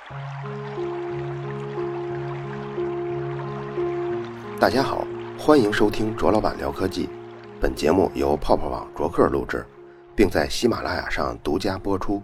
大家好，欢迎收听卓老板聊科技。本节目由泡泡网卓克录制，并在喜马拉雅上独家播出。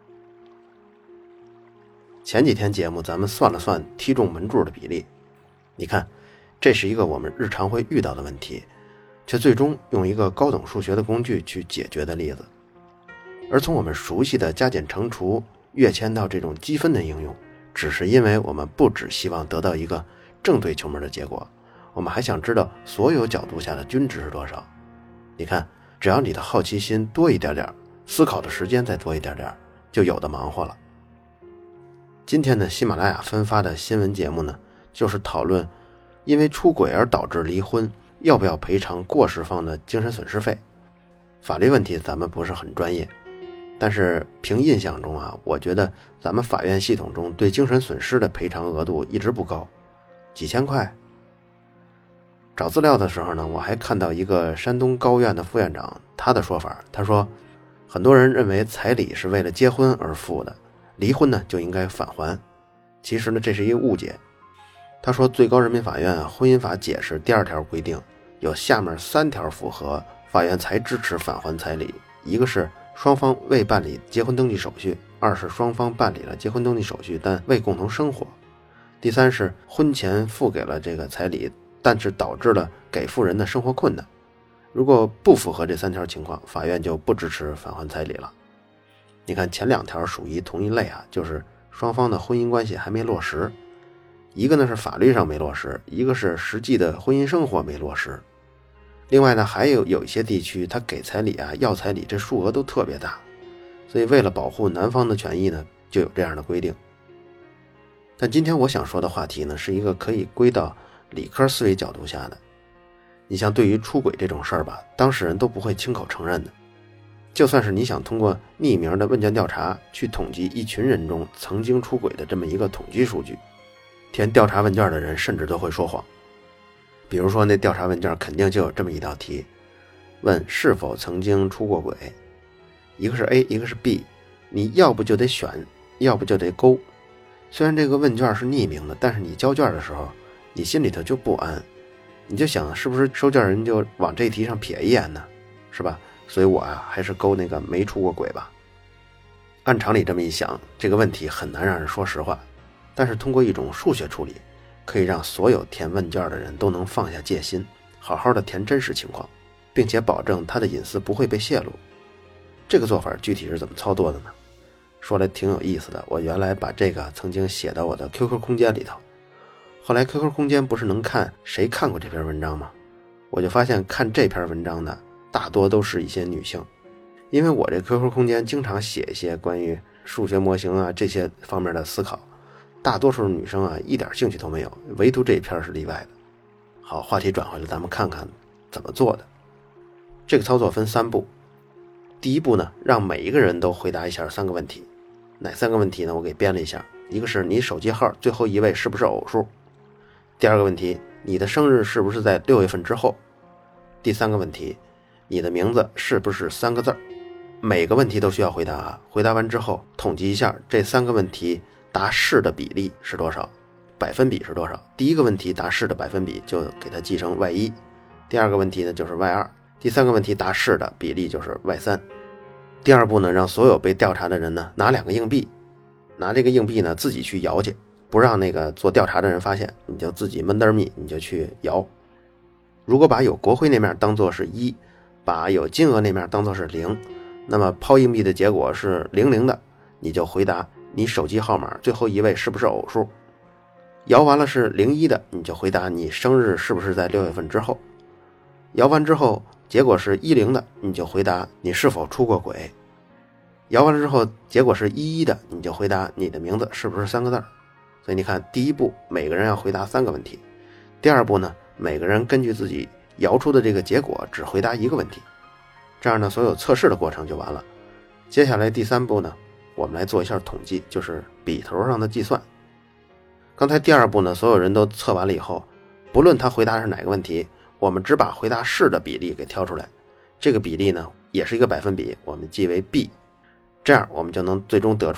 前几天节目咱们算了算踢中门柱的比例，你看，这是一个我们日常会遇到的问题，却最终用一个高等数学的工具去解决的例子。而从我们熟悉的加减乘除跃迁到这种积分的应用，只是因为我们不只希望得到一个正对球门的结果，我们还想知道所有角度下的均值是多少。你看，只要你的好奇心多一点点，思考的时间再多一点点，就有的忙活了。今天的喜马拉雅分发的新闻节目呢，就是讨论因为出轨而导致离婚，要不要赔偿过失方的精神损失费。法律问题咱们不是很专业，但是凭印象中我觉得咱们法院系统中对精神损失的赔偿额度一直不高，几千块。找资料的时候呢，我还看到一个山东高院的副院长，他的说法，他说很多人认为彩礼是为了结婚而付的，离婚呢就应该返还。其实呢，这是一个误解。他说最高人民法院婚姻法解释第2条规定，有下面3条符合，法院才支持返还彩礼。一个是双方未办理结婚登记手续，二是双方办理了结婚登记手续但未共同生活，第三是婚前付给了这个彩礼，但是导致了给付人的生活困难。如果不符合这3条情况，法院就不支持返还彩礼了。你看前2条属于同一类就是双方的婚姻关系还没落实，一个呢是法律上没落实，一个是实际的婚姻生活没落实。另外呢，还有一些地区他给彩礼要彩礼这数额都特别大，所以为了保护男方的权益呢，就有这样的规定。但今天我想说的话题呢，是一个可以归到理科思维角度下的。你像对于出轨这种事儿吧，当事人都不会亲口承认的。就算是你想通过匿名的问卷调查去统计一群人中曾经出轨的这么一个统计数据，填调查问卷的人甚至都会说谎。比如说那调查问卷肯定就有这么一道题，问是否曾经出过轨，一个是 A 一个是 B， 你要不就得选，要不就得勾。虽然这个问卷是匿名的，但是你交卷的时候你心里头就不安，你就想是不是收卷人就往这题上瞥一眼呢，是吧？所以我还是勾那个没出过轨吧。按常理这么一想，这个问题很难让人说实话，但是通过一种数学处理，可以让所有填问卷的人都能放下戒心，好好的填真实情况，并且保证他的隐私不会被泄露。这个做法具体是怎么操作的呢？说来挺有意思的，我原来把这个曾经写到我的 QQ 空间里头，后来 QQ 空间不是能看谁看过这篇文章吗？我就发现看这篇文章的大多都是一些女性，因为我这 QQ 空间经常写一些关于数学模型这些方面的思考，大多数女生一点兴趣都没有，唯独这一篇是例外的。好，话题转回来，咱们看看怎么做的。这个操作分3步。第一步呢，让每一个人都回答一下3个问题。哪3个问题呢？我给编了一下。一个是你手机号最后一位是不是偶数？第2个问题，你的生日是不是在6月份之后？第3个问题，你的名字是不是3个字？每个问题都需要回答回答完之后统计一下这3个问题答是的比例是多少，百分比是多少。第一个问题答是的百分比就给它记成 Y1， 第2个问题呢就是 Y2， 第3个问题答是的比例就是 Y3。 第2步呢，让所有被调查的人呢拿2个硬币，拿这个硬币呢自己去摇去，不让那个做调查的人发现，你就自己闷得密，你就去摇。如果把有国徽那面当作是1，把有金额那面当作是0，那么抛硬币的结果是00的，你就回答你手机号码最后一位是不是偶数。摇完了是01的，你就回答你生日是不是在6月份之后。摇完之后结果是10的，你就回答你是否出过轨。摇完了之后结果是11的，你就回答你的名字是不是3个字。所以你看，第一步每个人要回答3个问题，第2步呢，每个人根据自己摇出的这个结果只回答1个问题，这样呢所有测试的过程就完了。接下来第3步呢，我们来做一下统计，就是笔头上的计算。刚才第2步呢，所有人都测完了以后，不论他回答是哪个问题，我们只把回答是的比例给挑出来，这个比例呢也是一个百分比，我们记为 B， 这样我们就能最终得出来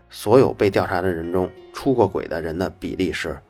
所有被调查的人中出过轨的人的比例是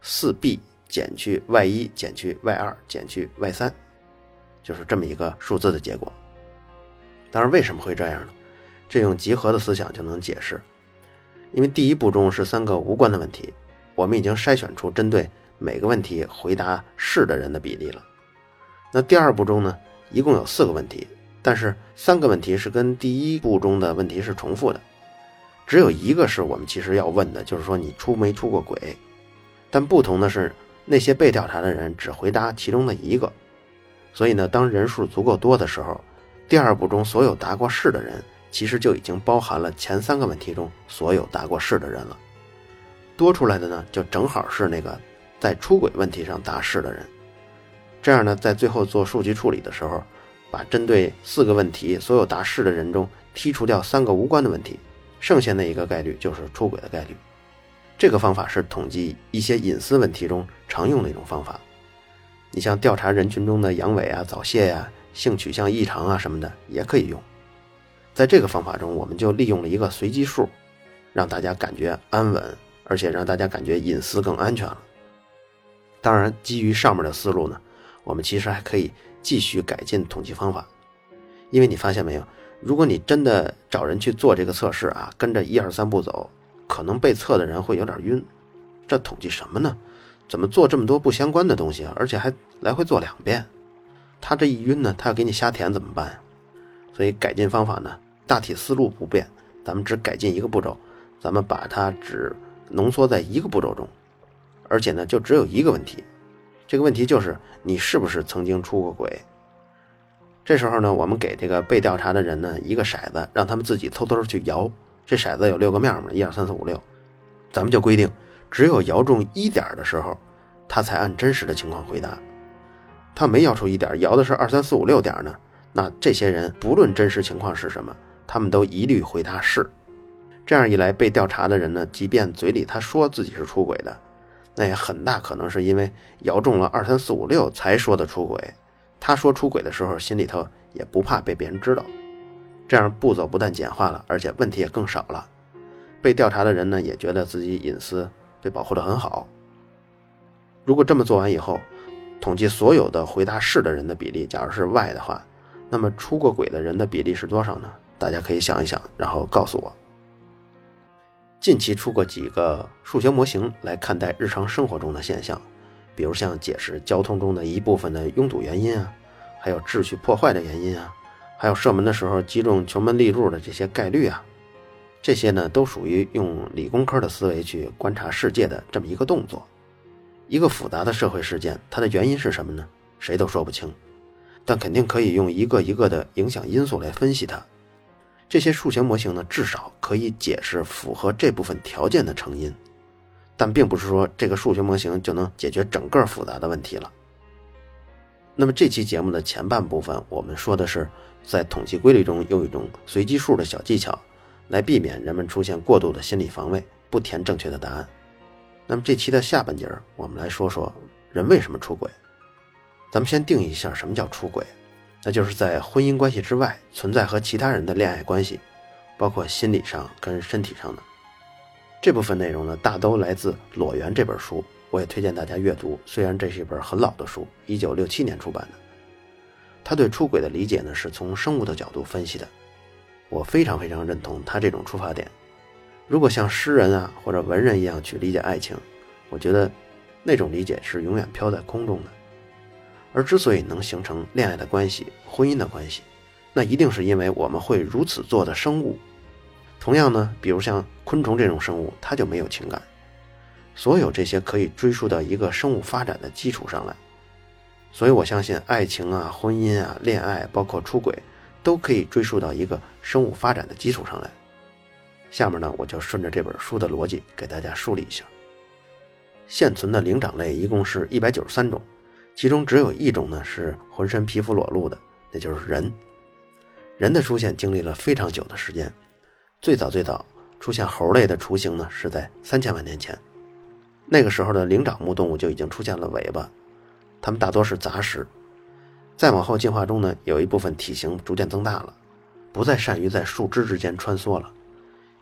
4B 减去 Y1 减去 Y2 减去 Y3， 就是这么一个数字的结果。当然为什么会这样呢？这用集合的思想就能解释。因为第一步中是3个无关的问题，我们已经筛选出针对每个问题回答是的人的比例了。那第二步中呢，一共有4个问题，但是3个问题是跟第一步中的问题是重复的，只有一个是我们其实要问的，就是说你出没出过轨。但不同的是，那些被调查的人只回答其中的一个，所以呢，当人数足够多的时候，第二步中所有答过是的人其实就已经包含了前3个问题中所有答过是的人了，多出来的呢就正好是那个在出轨问题上答是的人。这样呢，在最后做数据处理的时候，把针对4个问题所有答是的人中剔除掉3个无关的问题，剩下那一个概率就是出轨的概率。这个方法是统计一些隐私问题中常用的一种方法。你像调查人群中的阳痿啊、早泄呀、性取向异常啊什么的也可以用。在这个方法中，我们就利用了一个随机数，让大家感觉安稳，而且让大家感觉隐私更安全了。当然，基于上面的思路呢，我们其实还可以继续改进统计方法。因为你发现没有，如果你真的找人去做这个测试啊，跟着1、2、3步走，可能被测的人会有点晕。这统计什么呢？怎么做这么多不相关的东西啊？而且还来回做2遍。他这一晕呢，他要给你瞎填怎么办呀？所以改进方法呢，大体思路不变，咱们只改进一个步骤，咱们把它只浓缩在一个步骤中，而且呢，就只有一个问题。这个问题就是你是不是曾经出过轨。这时候呢，我们给这个被调查的人呢一个骰子，让他们自己偷偷去摇。这骰子有6个面嘛，1、2、3、4、5、6，咱们就规定只有摇中1点的时候，他才按真实的情况回答。他没摇出1点，摇的是2、3、4、5、6点呢，那这些人不论真实情况是什么，他们都一律回答是。这样一来，被调查的人呢，即便嘴里他说自己是出轨的，那也很大可能是因为摇中了2、3、4、5、6才说的出轨。他说出轨的时候，心里头也不怕被别人知道。这样步骤不但简化了，而且问题也更少了。被调查的人呢，也觉得自己隐私被保护得很好。如果这么做完以后，统计所有的回答是的人的比例，假如是 Y 的话，那么出过轨的人的比例是多少呢？大家可以想一想，然后告诉我。近期出过几个数学模型来看待日常生活中的现象，比如像解释交通中的一部分的拥堵原因啊，还有秩序破坏的原因啊，还有射门的时候击中球门立柱的这些概率啊，这些呢都属于用理工科的思维去观察世界的这么一个动作。一个复杂的社会事件，它的原因是什么呢？谁都说不清，但肯定可以用一个一个的影响因素来分析它。这些数学模型呢，至少可以解释符合这部分条件的成因，但并不是说这个数学模型就能解决整个复杂的问题了。那么这期节目的前半部分，我们说的是在统计规律中用一种随机数的小技巧，来避免人们出现过度的心理防卫，不填正确的答案。那么这期的下半节，我们来说说人为什么出轨。咱们先定义一下什么叫出轨，那就是在婚姻关系之外存在和其他人的恋爱关系，包括心理上跟身体上的。这部分内容呢，大都来自《裸猿》这本书，我也推荐大家阅读，虽然这是一本很老的书，1967年出版的。他对出轨的理解呢，是从生物的角度分析的，我非常非常认同他这种出发点。如果像诗人啊或者文人一样去理解爱情，我觉得那种理解是永远飘在空中的。而之所以能形成恋爱的关系、婚姻的关系，那一定是因为我们会如此做的生物。同样呢，比如像昆虫这种生物，它就没有情感。所有这些可以追溯到一个生物发展的基础上来。所以我相信爱情啊、婚姻啊、恋爱，包括出轨，都可以追溯到一个生物发展的基础上来。下面呢，我就顺着这本书的逻辑给大家梳理一下。现存的灵长类一共是193种，其中只有一种呢是浑身皮肤裸露的，那就是人。人的出现经历了非常久的时间，最早出现猴类的雏形呢是在3000万年前，那个时候的灵长目动物就已经出现了尾巴，它们大多是杂食。再往后进化中呢，有一部分体型逐渐增大了，不再善于在树枝之间穿梭了，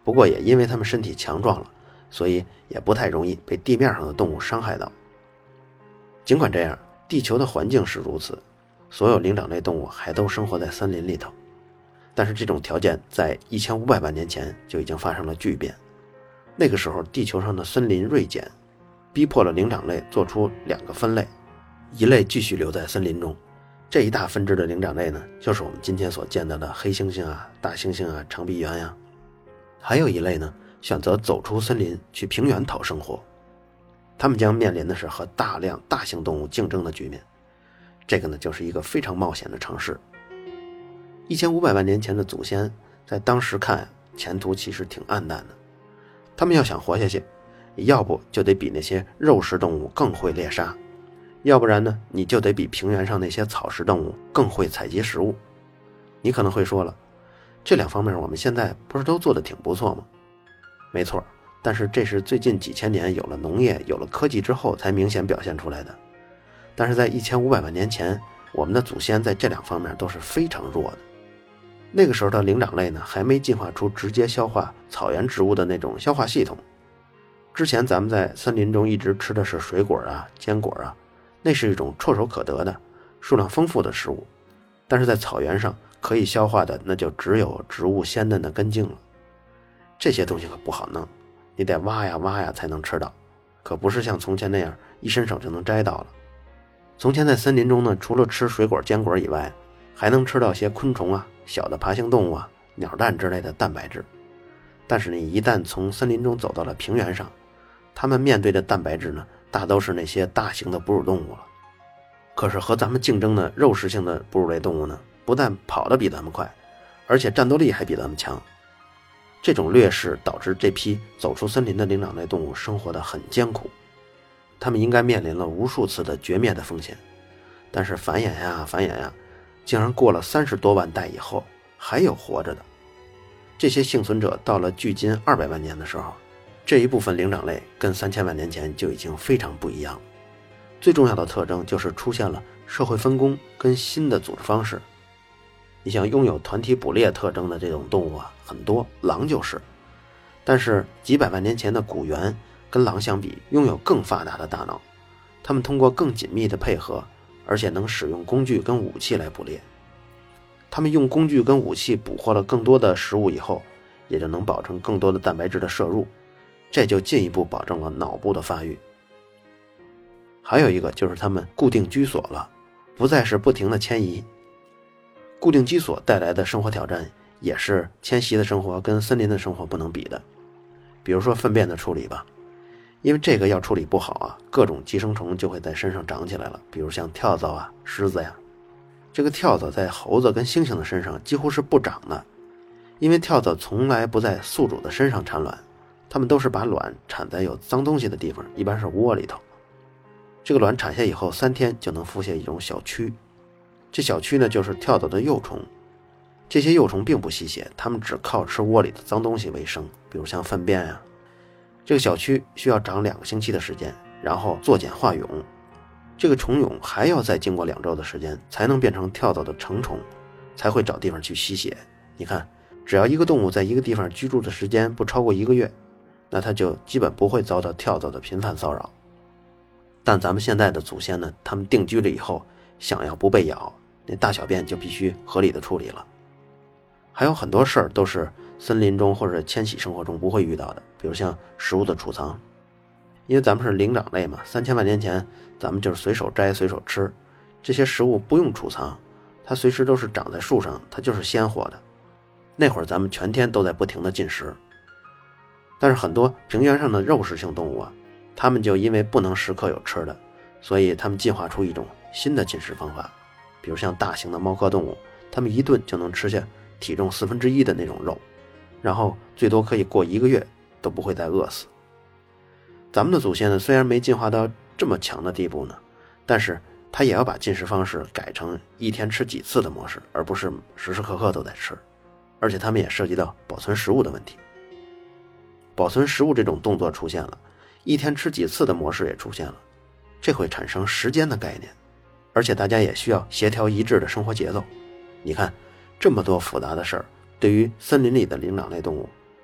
不过也因为它们身体强壮了，所以也不太容易被地面上的动物伤害到。尽管这样，地球的环境是如此，所有灵长类动物还都生活在森林里头。但是这种条件在1500万年前就已经发生了巨变。那个时候地球上的森林锐减，逼迫了灵长类做出2个分类，一类继续留在森林中，这一大分支的灵长类呢，就是我们今天所见到的黑猩猩啊、大猩猩啊、长臂猿呀。还有一类呢，选择走出森林去平原讨生活，他们将面临的是和大量大型动物竞争的局面，这个呢就是一个非常冒险的尝试。1500万年前的祖先在当时看前途其实挺暗淡的，他们要想活下去，要不就得比那些肉食动物更会猎杀，要不然呢你就得比平原上那些草食动物更会采集食物。你可能会说了，这2方面我们现在不是都做得挺不错吗？没错，但是这是最近几千年有了农业有了科技之后才明显表现出来的。但是在1500万年前，我们的祖先在这2方面都是非常弱的。那个时候的灵长类呢，还没进化出直接消化草原植物的那种消化系统。之前咱们在森林中一直吃的是水果啊、坚果啊，那是一种唾手可得的、数量丰富的食物。但是在草原上可以消化的，那就只有植物鲜嫩的根茎了。这些东西可不好弄，你得挖呀挖呀才能吃到，可不是像从前那样一伸手就能摘到了。从前在森林中呢，除了吃水果、坚果以外，还能吃到些昆虫啊、小的爬行动物啊、鸟蛋之类的蛋白质。但是你一旦从森林中走到了平原上，它们面对的蛋白质呢，大都是那些大型的哺乳动物了。可是和咱们竞争的肉食性的哺乳类动物呢，不但跑得比咱们快，而且战斗力还比咱们强。这种劣势导致这批走出森林的灵长类动物生活得很艰苦，它们应该面临了无数次的绝灭的风险。但是繁衍呀繁衍呀，竟然过了30多万代以后还有活着的。这些幸存者到了距今200万年的时候，这一部分灵长类跟3000万年前就已经非常不一样了。最重要的特征就是出现了社会分工跟新的组织方式。你像拥有团体捕猎特征的这种动物啊，很多，狼就是。但是几百万年前的古猿跟狼相比，拥有更发达的大脑，它们通过更紧密的配合，而且能使用工具跟武器来捕猎。他们用工具跟武器捕获了更多的食物以后，也就能保证更多的蛋白质的摄入，这就进一步保证了脑部的发育。还有一个就是他们固定居所了，不再是不停的迁移。固定居所带来的生活挑战也是迁徙的生活跟森林的生活不能比的。比如说粪便的处理吧，因为这个要处理不好啊，各种寄生虫就会在身上长起来了，比如像跳蚤啊、虱子呀。这个跳蚤在猴子跟猩猩的身上几乎是不长的，因为跳蚤从来不在宿主的身上产卵，它们都是把卵产在有脏东西的地方，一般是窝里头。这个卵产下以后3天就能孵下一种小蛆，这小蛆呢就是跳蚤的幼虫。这些幼虫并不吸血，它们只靠吃窝里的脏东西为生，比如像粪便啊。这个小蛆需要长2个星期的时间，然后作茧化蛹。这个虫蛹还要再经过2周的时间才能变成跳蚤的成虫，才会找地方去吸血。你看，只要一个动物在一个地方居住的时间不超过1个月，那它就基本不会遭到跳蚤的频繁骚扰。但咱们现在的祖先呢，他们定居了以后，想要不被咬，那大小便就必须合理的处理了。还有很多事儿都是森林中或者迁徙生活中不会遇到的，比如像食物的储藏。因为咱们是灵长类嘛，3000万年前咱们就是随手摘随手吃，这些食物不用储藏，它随时都是长在树上，它就是鲜活的。那会儿咱们全天都在不停的进食。但是很多平原上的肉食性动物啊，它们就因为不能时刻有吃的，所以它们进化出一种新的进食方法。比如像大型的猫科动物，它们一顿就能吃下体重1/4的那种肉，然后最多可以过1个月都不会再饿死。咱们的祖先呢，虽然没进化到这么强的地步呢，但是他也要把进食方式改成一天吃几次的模式，而不是时时刻刻都在吃。而且他们也涉及到保存食物的问题。保存食物这种动作出现了，一天吃几次的模式也出现了，这会产生时间的概念，而且大家也需要协调一致的生活节奏。你看这么多复杂的事儿，对于森林里的灵长类动物，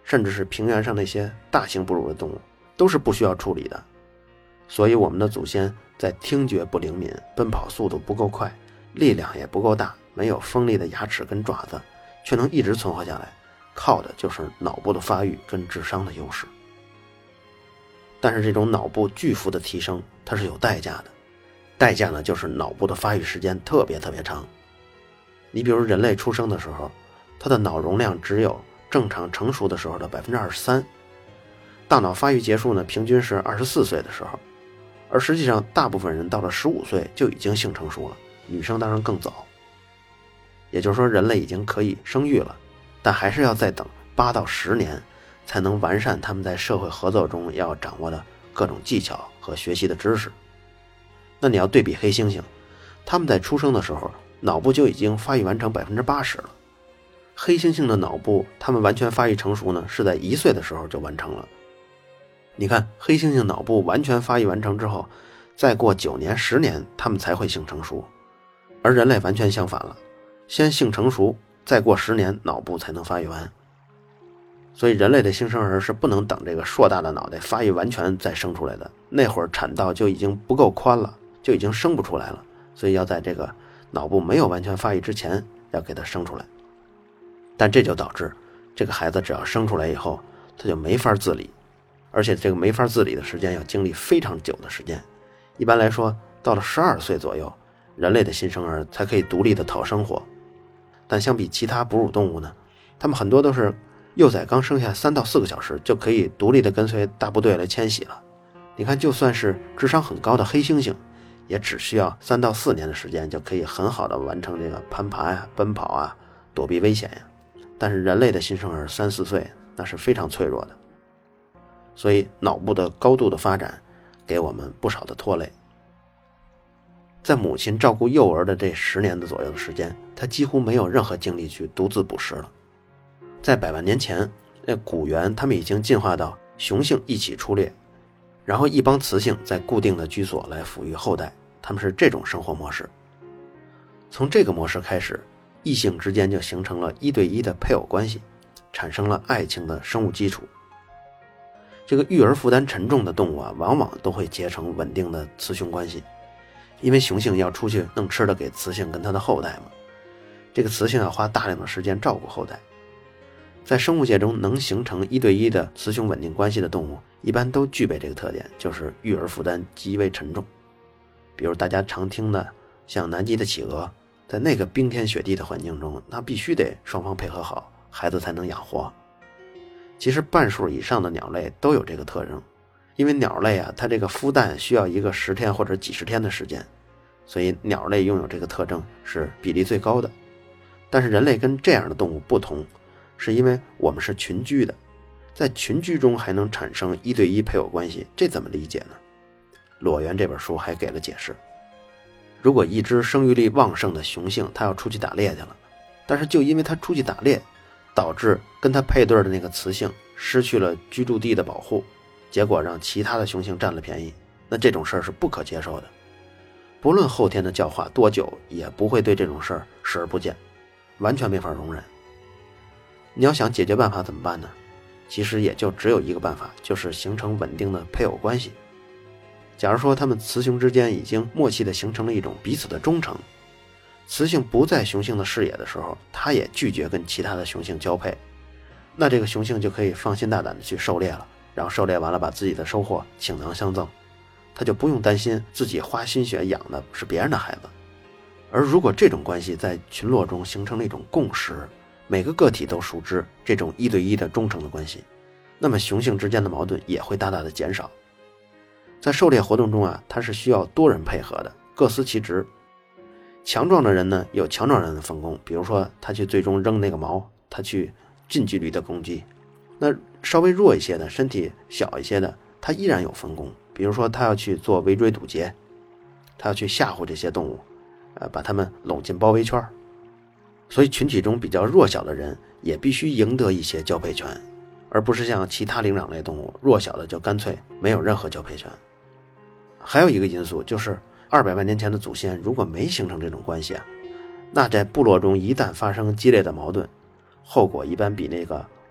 甚至是平原上那些大型哺乳的动物，都是不需要处理的。所以我们的祖先在听觉不灵敏，奔跑速度不够快，力量也不够大，没有锋利的牙齿跟爪子，却能一直存活下来，靠的就是脑部的发育跟智商的优势。但是这种脑部巨幅的提升，它是有代价的，代价呢就是脑部的发育时间特别长。你比如人类出生的时候，他的脑容量只有正常成熟的时候的 23%， 大脑发育结束呢平均是24岁的时候，而实际上大部分人到了15岁就已经性成熟了，女生当然更早。也就是说人类已经可以生育了，但还是要再等8到10年才能完善他们在社会合作中要掌握的各种技巧和学习的知识。那你要对比黑猩猩，他们在出生的时候脑部就已经发育完成 80% 了。黑猩猩的脑部他们完全发育成熟呢是在1岁的时候就完成了。你看黑猩猩脑部完全发育完成之后，再过9年10年他们才会性成熟，而人类完全相反了，先性成熟，再过10年脑部才能发育完。所以人类的新生儿是不能等这个硕大的脑袋发育完全再生出来的，那会儿产道就已经不够宽了，就已经生不出来了，所以要在这个脑部没有完全发育之前要给它生出来。但这就导致这个孩子只要生出来以后，他就没法自理，而且这个没法自理的时间要经历非常久的时间。一般来说到了12岁左右，人类的新生儿才可以独立的讨生活。但相比其他哺乳动物呢，他们很多都是幼崽刚生下3到4个小时就可以独立的跟随大部队来迁徙了。你看就算是智商很高的黑猩猩，也只需要3到4年的时间就可以很好的完成这个攀爬呀、奔跑啊、躲避危险呀。但是人类的新生儿3、4岁那是非常脆弱的，所以脑部的高度的发展给我们不少的拖累。在母亲照顾幼儿的这10年的左右的时间，她几乎没有任何精力去独自捕食了。在100万年前，古猿他们已经进化到雄性一起出猎，然后一帮雌性在固定的居所来抚育后代，他们是这种生活模式。从这个模式开始，异性之间就形成了1对1的配偶关系，产生了爱情的生物基础。这个育儿负担沉重的动物啊，往往都会结成稳定的雌雄关系，因为雄性要出去弄吃的给雌性跟他的后代嘛，这个雌性要花大量的时间照顾后代。在生物界中能形成1对1的雌雄稳定关系的动物，一般都具备这个特点，就是育儿负担极为沉重。比如大家常听的像南极的企鹅，在那个冰天雪地的环境中，那必须得双方配合好，孩子才能养活。其实半数以上的鸟类都有这个特征，因为鸟类啊，它这个孵蛋需要一个10天或者几十天的时间，所以鸟类拥有这个特征是比例最高的。但是人类跟这样的动物不同，是因为我们是群居的，在群居中还能产生1对1配偶关系，这怎么理解呢？裸猿这本书还给了解释。如果一只生育力旺盛的雄性，它要出去打猎去了，但是就因为它出去打猎，导致跟它配对的那个雌性失去了居住地的保护，结果让其他的雄性占了便宜，那这种事儿是不可接受的。不论后天的教化多久，也不会对这种事儿视而不见，完全没法容忍。你要想解决办法怎么办呢？其实也就只有一个办法，就是形成稳定的配偶关系。假如说他们雌雄之间已经默契地形成了一种彼此的忠诚，雌性不在雄性的视野的时候，它也拒绝跟其他的雄性交配，那这个雄性就可以放心大胆地去狩猎了，然后狩猎完了把自己的收获倾囊相赠，他就不用担心自己花心血养的是别人的孩子。而如果这种关系在群落中形成了一种共识，每个个体都熟知这种1对1的忠诚的关系，那么雄性之间的矛盾也会大大的减少。在狩猎活动中啊，它是需要多人配合的，各司其职。强壮的人呢，有强壮人的分工，比如说他去最终扔那个矛，他去近距离的攻击。那稍微弱一些的，身体小一些的，他依然有分工，比如说他要去做围追堵截，他要去吓唬这些动物，把他们拢进包围圈。所以群体中比较弱小的人也必须赢得一些交配权，而不是像其他灵长类动物，弱小的就干脆没有任何交配权。还有一个因素就是200万年前的祖先如果没形成这种关系啊，那在部落中一旦发生激烈的矛盾，后果一般比那个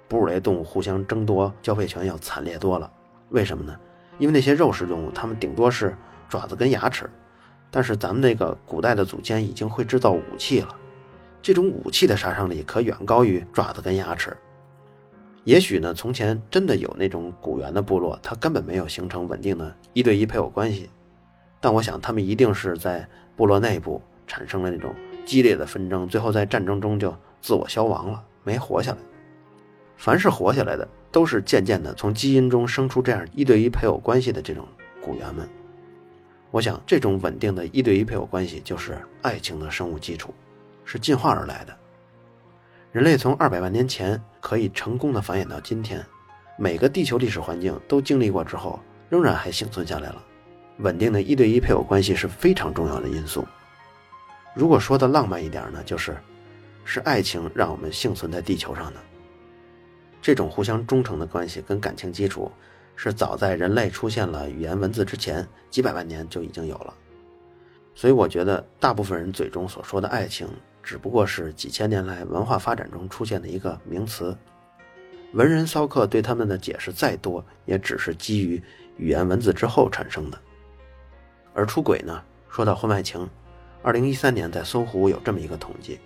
哺乳类动物互相争夺交配权要惨烈多了。为什么呢？因为那些肉食动物它们顶多是爪子跟牙齿，但是咱们那个古代的祖先已经会制造武器了，这种武器的杀伤力可远高于爪子跟牙齿。也许呢，从前真的有那种古猿的部落，它根本没有形成稳定的1对1配偶关系，但我想他们一定是在部落内部产生了那种激烈的纷争，最后在战争中就自我消亡了，没活下来。凡是活下来的，都是渐渐的从基因中生出这样1对1配偶关系的这种古猿们。我想这种稳定的1对1配偶关系就是爱情的生物基础，是进化而来的。人类从200万年前可以成功的繁衍到今天，每个地球历史环境都经历过之后，仍然还幸存下来了。稳定的1对1配偶关系是非常重要的因素。如果说的浪漫一点呢，是爱情让我们幸存在地球上的。这种互相忠诚的关系跟感情基础是早在人类出现了语言文字之前几百万年就已经有了。所以我觉得大部分人嘴中所说的爱情只不过是几千年来文化发展中出现的一个名词，文人骚客对他们的解释再多，也只是基于语言文字之后产生的。而出轨呢，说到婚外情，2013年在搜狐有这么一个统计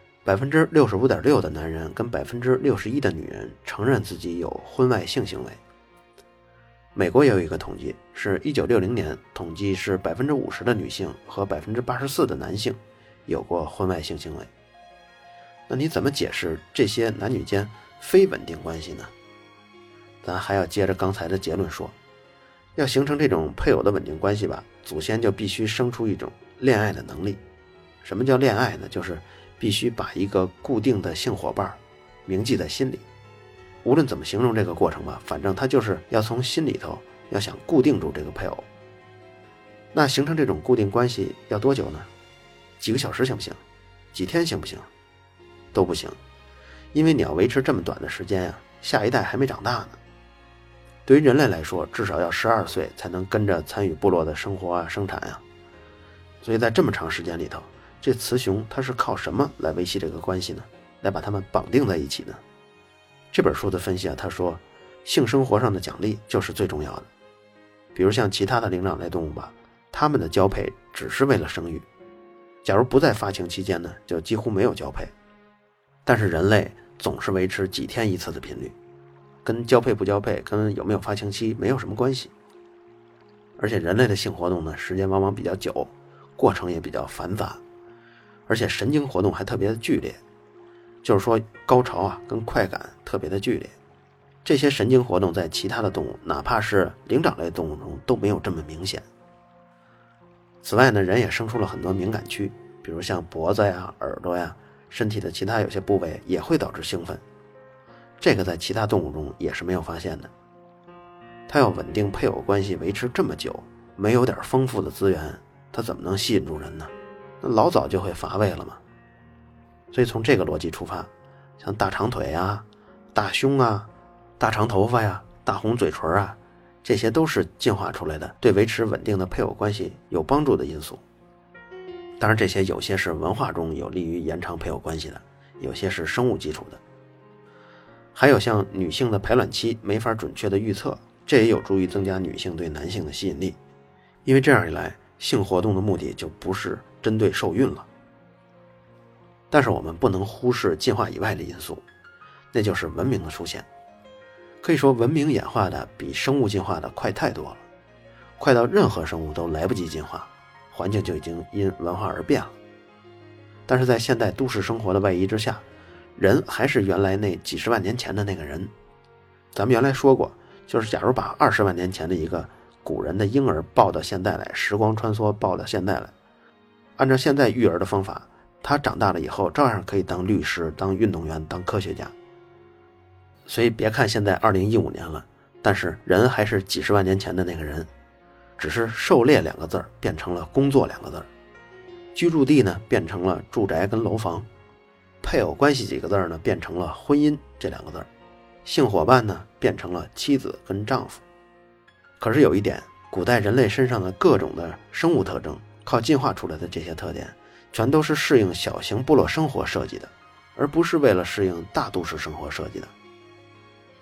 ，65.6% 的男人跟61%的女人承认自己有婚外性行为。美国也有一个统计，是1960年统计是50%的女性和84%的男性有过婚外性行为。那你怎么解释这些男女间非稳定关系呢？咱还要接着刚才的结论说，要形成这种配偶的稳定关系吧，祖先就必须生出一种恋爱的能力。什么叫恋爱呢？就是必须把一个固定的性伙伴铭记在心里。无论怎么形容这个过程吧，反正他就是要从心里头要想固定住这个配偶。那形成这种固定关系要多久呢？几个小时行不行？几天行不行？都不行，因为你要维持这么短的时间呀，下一代还没长大呢。对于人类来说，至少要12岁才能跟着参与部落的生活啊、生产啊。所以在这么长时间里头，这雌雄它是靠什么来维系这个关系呢？来把它们绑定在一起呢？这本书的分析啊，他说性生活上的奖励就是最重要的。比如像其他的灵长类动物吧，它们的交配只是为了生育，假如不在发情期间呢，就几乎没有交配。但是人类总是维持几天一次的频率，跟交配不交配跟有没有发情期没有什么关系。而且人类的性活动呢，时间往往比较久，过程也比较繁杂，而且神经活动还特别的剧烈，就是说高潮啊跟快感特别的剧烈。这些神经活动在其他的动物，哪怕是灵长类动物中都没有这么明显。此外呢，人也生出了很多敏感区，比如像脖子呀、耳朵呀，身体的其他有些部位也会导致兴奋，这个在其他动物中也是没有发现的。它要稳定配偶关系维持这么久，没有点丰富的资源，它怎么能吸引住人呢？那老早就会乏味了嘛。所以从这个逻辑出发，像大长腿啊、大胸啊、大长头发呀、大红嘴唇啊，这些都是进化出来的对维持稳定的配偶关系有帮助的因素。当然这些有些是文化中有利于延长配偶关系的，有些是生物基础的。还有像女性的排卵期没法准确的预测，这也有助于增加女性对男性的吸引力，因为这样一来，性活动的目的就不是针对受孕了。但是我们不能忽视进化以外的因素，那就是文明的出现。可以说文明演化的比生物进化的快太多了，快到任何生物都来不及进化，环境就已经因文化而变了。但是在现代都市生活的外衣之下，人还是原来那几十万年前的那个人。咱们原来说过，就是假如把20万年前的一个古人的婴儿抱到现代来，时光穿梭抱到现代来，按照现在育儿的方法，他长大了以后照样可以当律师、当运动员、当科学家。所以别看现在2015年了，但是人还是几十万年前的那个人，只是狩猎2个字变成了工作2个字，居住地呢变成了住宅跟楼房，配偶关系几个字呢变成了婚姻这2个字，性伙伴呢变成了妻子跟丈夫。可是有一点，古代人类身上的各种的生物特征，靠进化出来的这些特点，全都是适应小型部落生活设计的，而不是为了适应大都市生活设计的。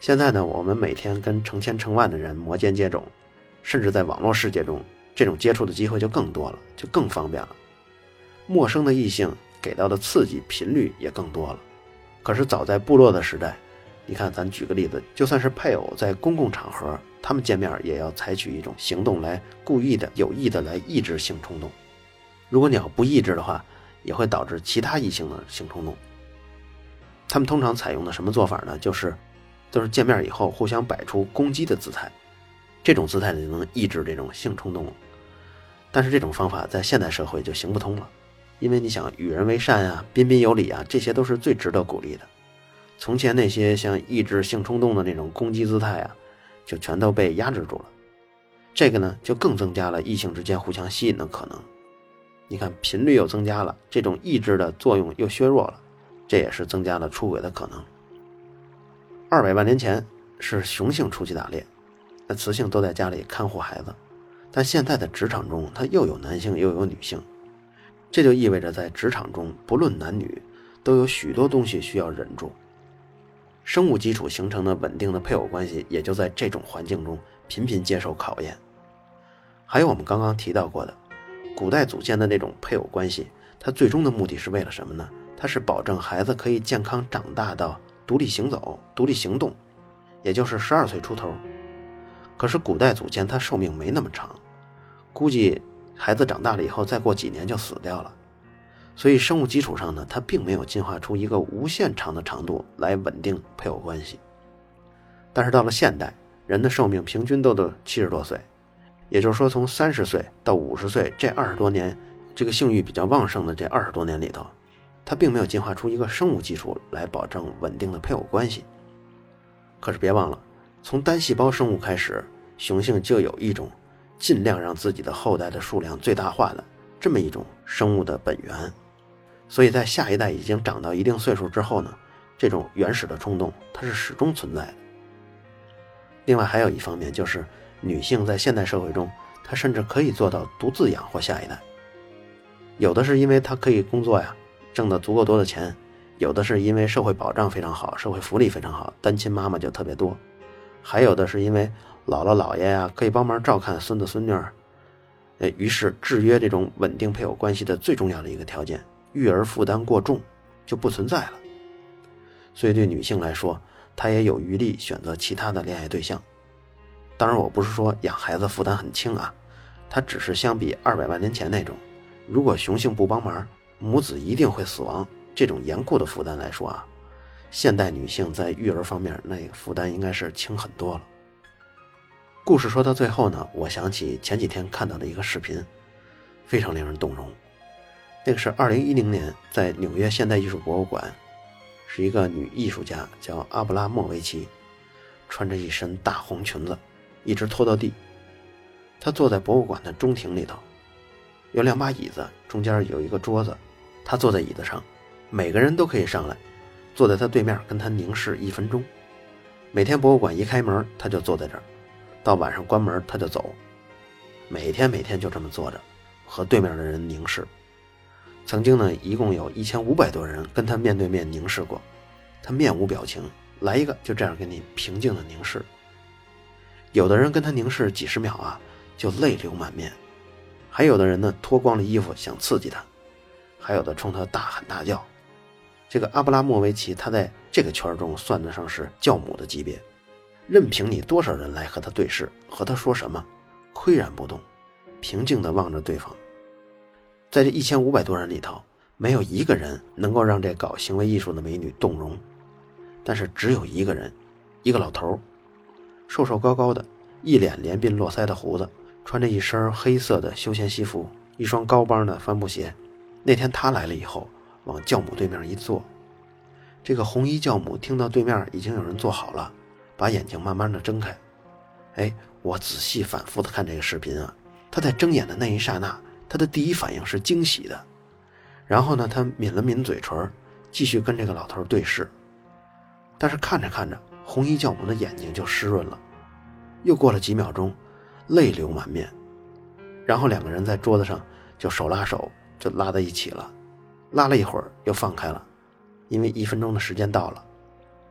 现在呢，我们每天跟成千成万的人摩肩接踵，甚至在网络世界中，这种接触的机会就更多了，就更方便了。陌生的异性给到的刺激频率也更多了。可是早在部落的时代，你看咱举个例子，就算是配偶在公共场合，他们见面也要采取一种行动来故意的有意的来抑制性冲动。如果你要不抑制的话，也会导致其他异性的性冲动。他们通常采用的什么做法呢？都是见面以后互相摆出攻击的姿态，这种姿态就能抑制这种性冲动。但是这种方法在现代社会就行不通了，因为你想与人为善啊，彬彬有礼啊，这些都是最值得鼓励的。从前那些像抑制性冲动的那种攻击姿态啊，就全都被压制住了。这个呢，就更增加了异性之间互相吸引的可能。你看频率又增加了，这种抑制的作用又削弱了，这也是增加了出轨的可能。200万年前是雄性出去打猎，那雌性都在家里看护孩子。但现在的职场中，它又有男性又有女性，这就意味着在职场中不论男女，都有许多东西需要忍住。生物基础形成的稳定的配偶关系，也就在这种环境中频频接受考验。还有我们刚刚提到过的古代祖先的那种配偶关系，它最终的目的是为了什么呢？它是保证孩子可以健康长大到独立行走、独立行动，也就是12岁出头。可是古代祖先他寿命没那么长，估计孩子长大了以后再过几年就死掉了。所以生物基础上呢，它并没有进化出一个无限长的长度来稳定配偶关系。但是到了现代，人的寿命平均都70多岁，也就是说从30岁到50岁这20多年，这个性欲比较旺盛的这20多年里头，它并没有进化出一个生物基础来保证稳定的配偶关系。可是别忘了，从单细胞生物开始，雄性就有一种尽量让自己的后代的数量最大化的这么一种生物的本源。所以在下一代已经长到一定岁数之后呢，这种原始的冲动它是始终存在的。另外还有一方面，就是女性在现代社会中，她甚至可以做到独自养活下一代。有的是因为她可以工作呀，挣得足够多的钱，有的是因为社会保障非常好，社会福利非常好，单亲妈妈就特别多，还有的是因为姥姥姥爷呀可以帮忙照看孙子孙女儿。于是制约这种稳定配偶关系的最重要的一个条件，育儿负担过重就不存在了。所以对女性来说，她也有余力选择其他的恋爱对象。当然我不是说养孩子负担很轻啊，它只是相比200万年前那种如果雄性不帮忙，母子一定会死亡这种严酷的负担来说啊，现代女性在育儿方面那个负担应该是轻很多了。故事说到最后呢，我想起前几天看到的一个视频，非常令人动容。那个是2010年在纽约现代艺术博物馆，是一个女艺术家叫阿布拉莫维奇，穿着一身大红裙子，一直拖到地。她坐在博物馆的中庭里头，有2把椅子，中间有一个桌子，她坐在椅子上，每个人都可以上来，坐在她对面跟她凝视1分钟。每天博物馆一开门，她就坐在这儿，到晚上关门她就走，每天就这么坐着，和对面的人凝视。曾经呢，一共有1500多人跟他面对面凝视过，他面无表情，来一个就这样给你平静的凝视。有的人跟他凝视几十秒啊，就泪流满面；还有的人呢，脱光了衣服想刺激他，还有的冲他大喊大叫。这个阿布拉莫维奇他在这个圈中算得上是教母的级别，任凭你多少人来和他对视，和他说什么，岿然不动，平静地望着对方。在这1500多人里头，没有一个人能够让这搞行为艺术的美女动容，但是只有一个人，一个老头，瘦瘦高高的，一脸连鬓络腮的胡子，穿着一身黑色的休闲西服，一双高帮的帆布鞋。那天他来了以后，往教母对面一坐，这个红衣教母听到对面已经有人坐好了，把眼睛慢慢的睁开。我仔细反复的看这个视频啊，他在睁眼的那一刹那，他的第一反应是惊喜的，然后呢，他抿了抿嘴唇，继续跟这个老头对视。但是看着看着，红衣教母的眼睛就湿润了，又过了几秒钟，泪流满面，然后2个人在桌子上就手拉手就拉在一起了，拉了一会儿又放开了，因为1分钟的时间到了。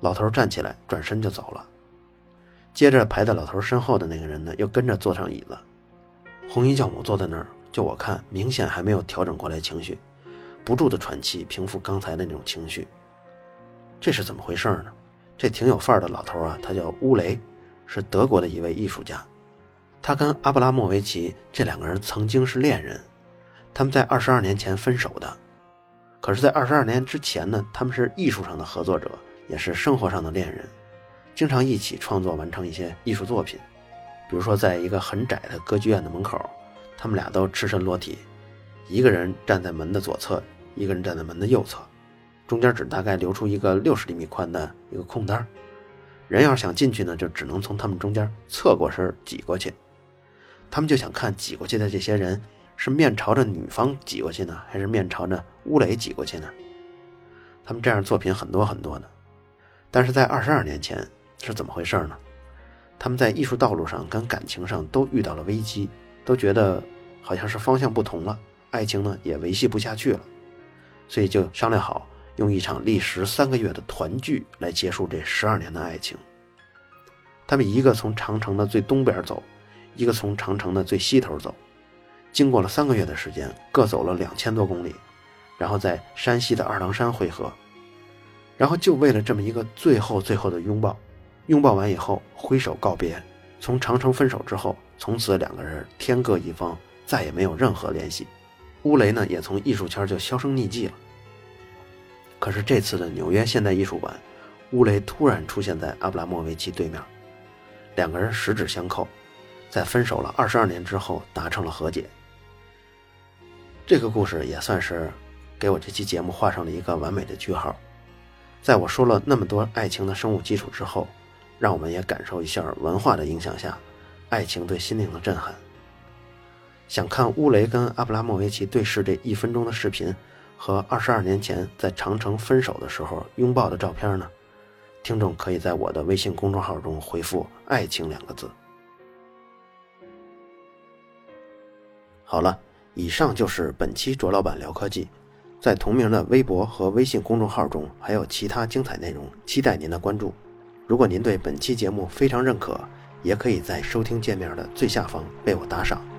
老头站起来转身就走了。接着排在老头身后的那个人呢，又跟着坐上椅子。红衣教母坐在那儿，就我看明显还没有调整过来情绪，不住的喘气平复刚才的那种情绪。这是怎么回事呢？这挺有范儿的老头啊，他叫乌雷，是德国的一位艺术家。他跟阿布拉莫维奇这两个人曾经是恋人，他们在22年前分手的。可是在22年之前呢，他们是艺术上的合作者，也是生活上的恋人，经常一起创作完成一些艺术作品。比如说在一个很窄的歌剧院的门口，他们俩都赤身裸体，一个人站在门的左侧，一个人站在门的右侧，中间只大概留出一个60厘米宽的一个空单，人要是想进去呢，就只能从他们中间侧过身挤过去。他们就想看挤过去的这些人是面朝着女方挤过去呢，还是面朝着乌雷挤过去呢？他们这样作品很多很多的。但是在22年前是怎么回事呢？他们在艺术道路上跟感情上都遇到了危机，都觉得好像是方向不同了，爱情呢也维系不下去了，所以就商量好用一场历时3个月的团聚来结束这12年的爱情。他们一个从长城的最东边走，一个从长城的最西头走，经过了3个月的时间，各走了2000多公里，然后在山西的二郎山汇合，然后就为了这么一个最后的拥抱。拥抱完以后挥手告别，从长城分手之后，从此两个人天各一方，再也没有任何联系。乌雷呢也从艺术圈就销声匿迹了。可是这次的纽约现代艺术馆，乌雷突然出现在阿布拉莫维奇对面，两个人十指相扣，在分手了22年之后达成了和解。这个故事也算是给我这期节目画上了一个完美的句号。在我说了那么多爱情的生物基础之后，让我们也感受一下文化的影响下爱情对心灵的震撼。想看乌雷跟阿布拉莫维奇对视这1分钟的视频和22年前在长城分手的时候拥抱的照片呢？听众可以在我的微信公众号中回复爱情2个字。好了，以上就是本期卓老板聊科技。在同名的微博和微信公众号中还有其他精彩内容，期待您的关注。如果您对本期节目非常认可，也可以在收听界面的最下方为我打赏。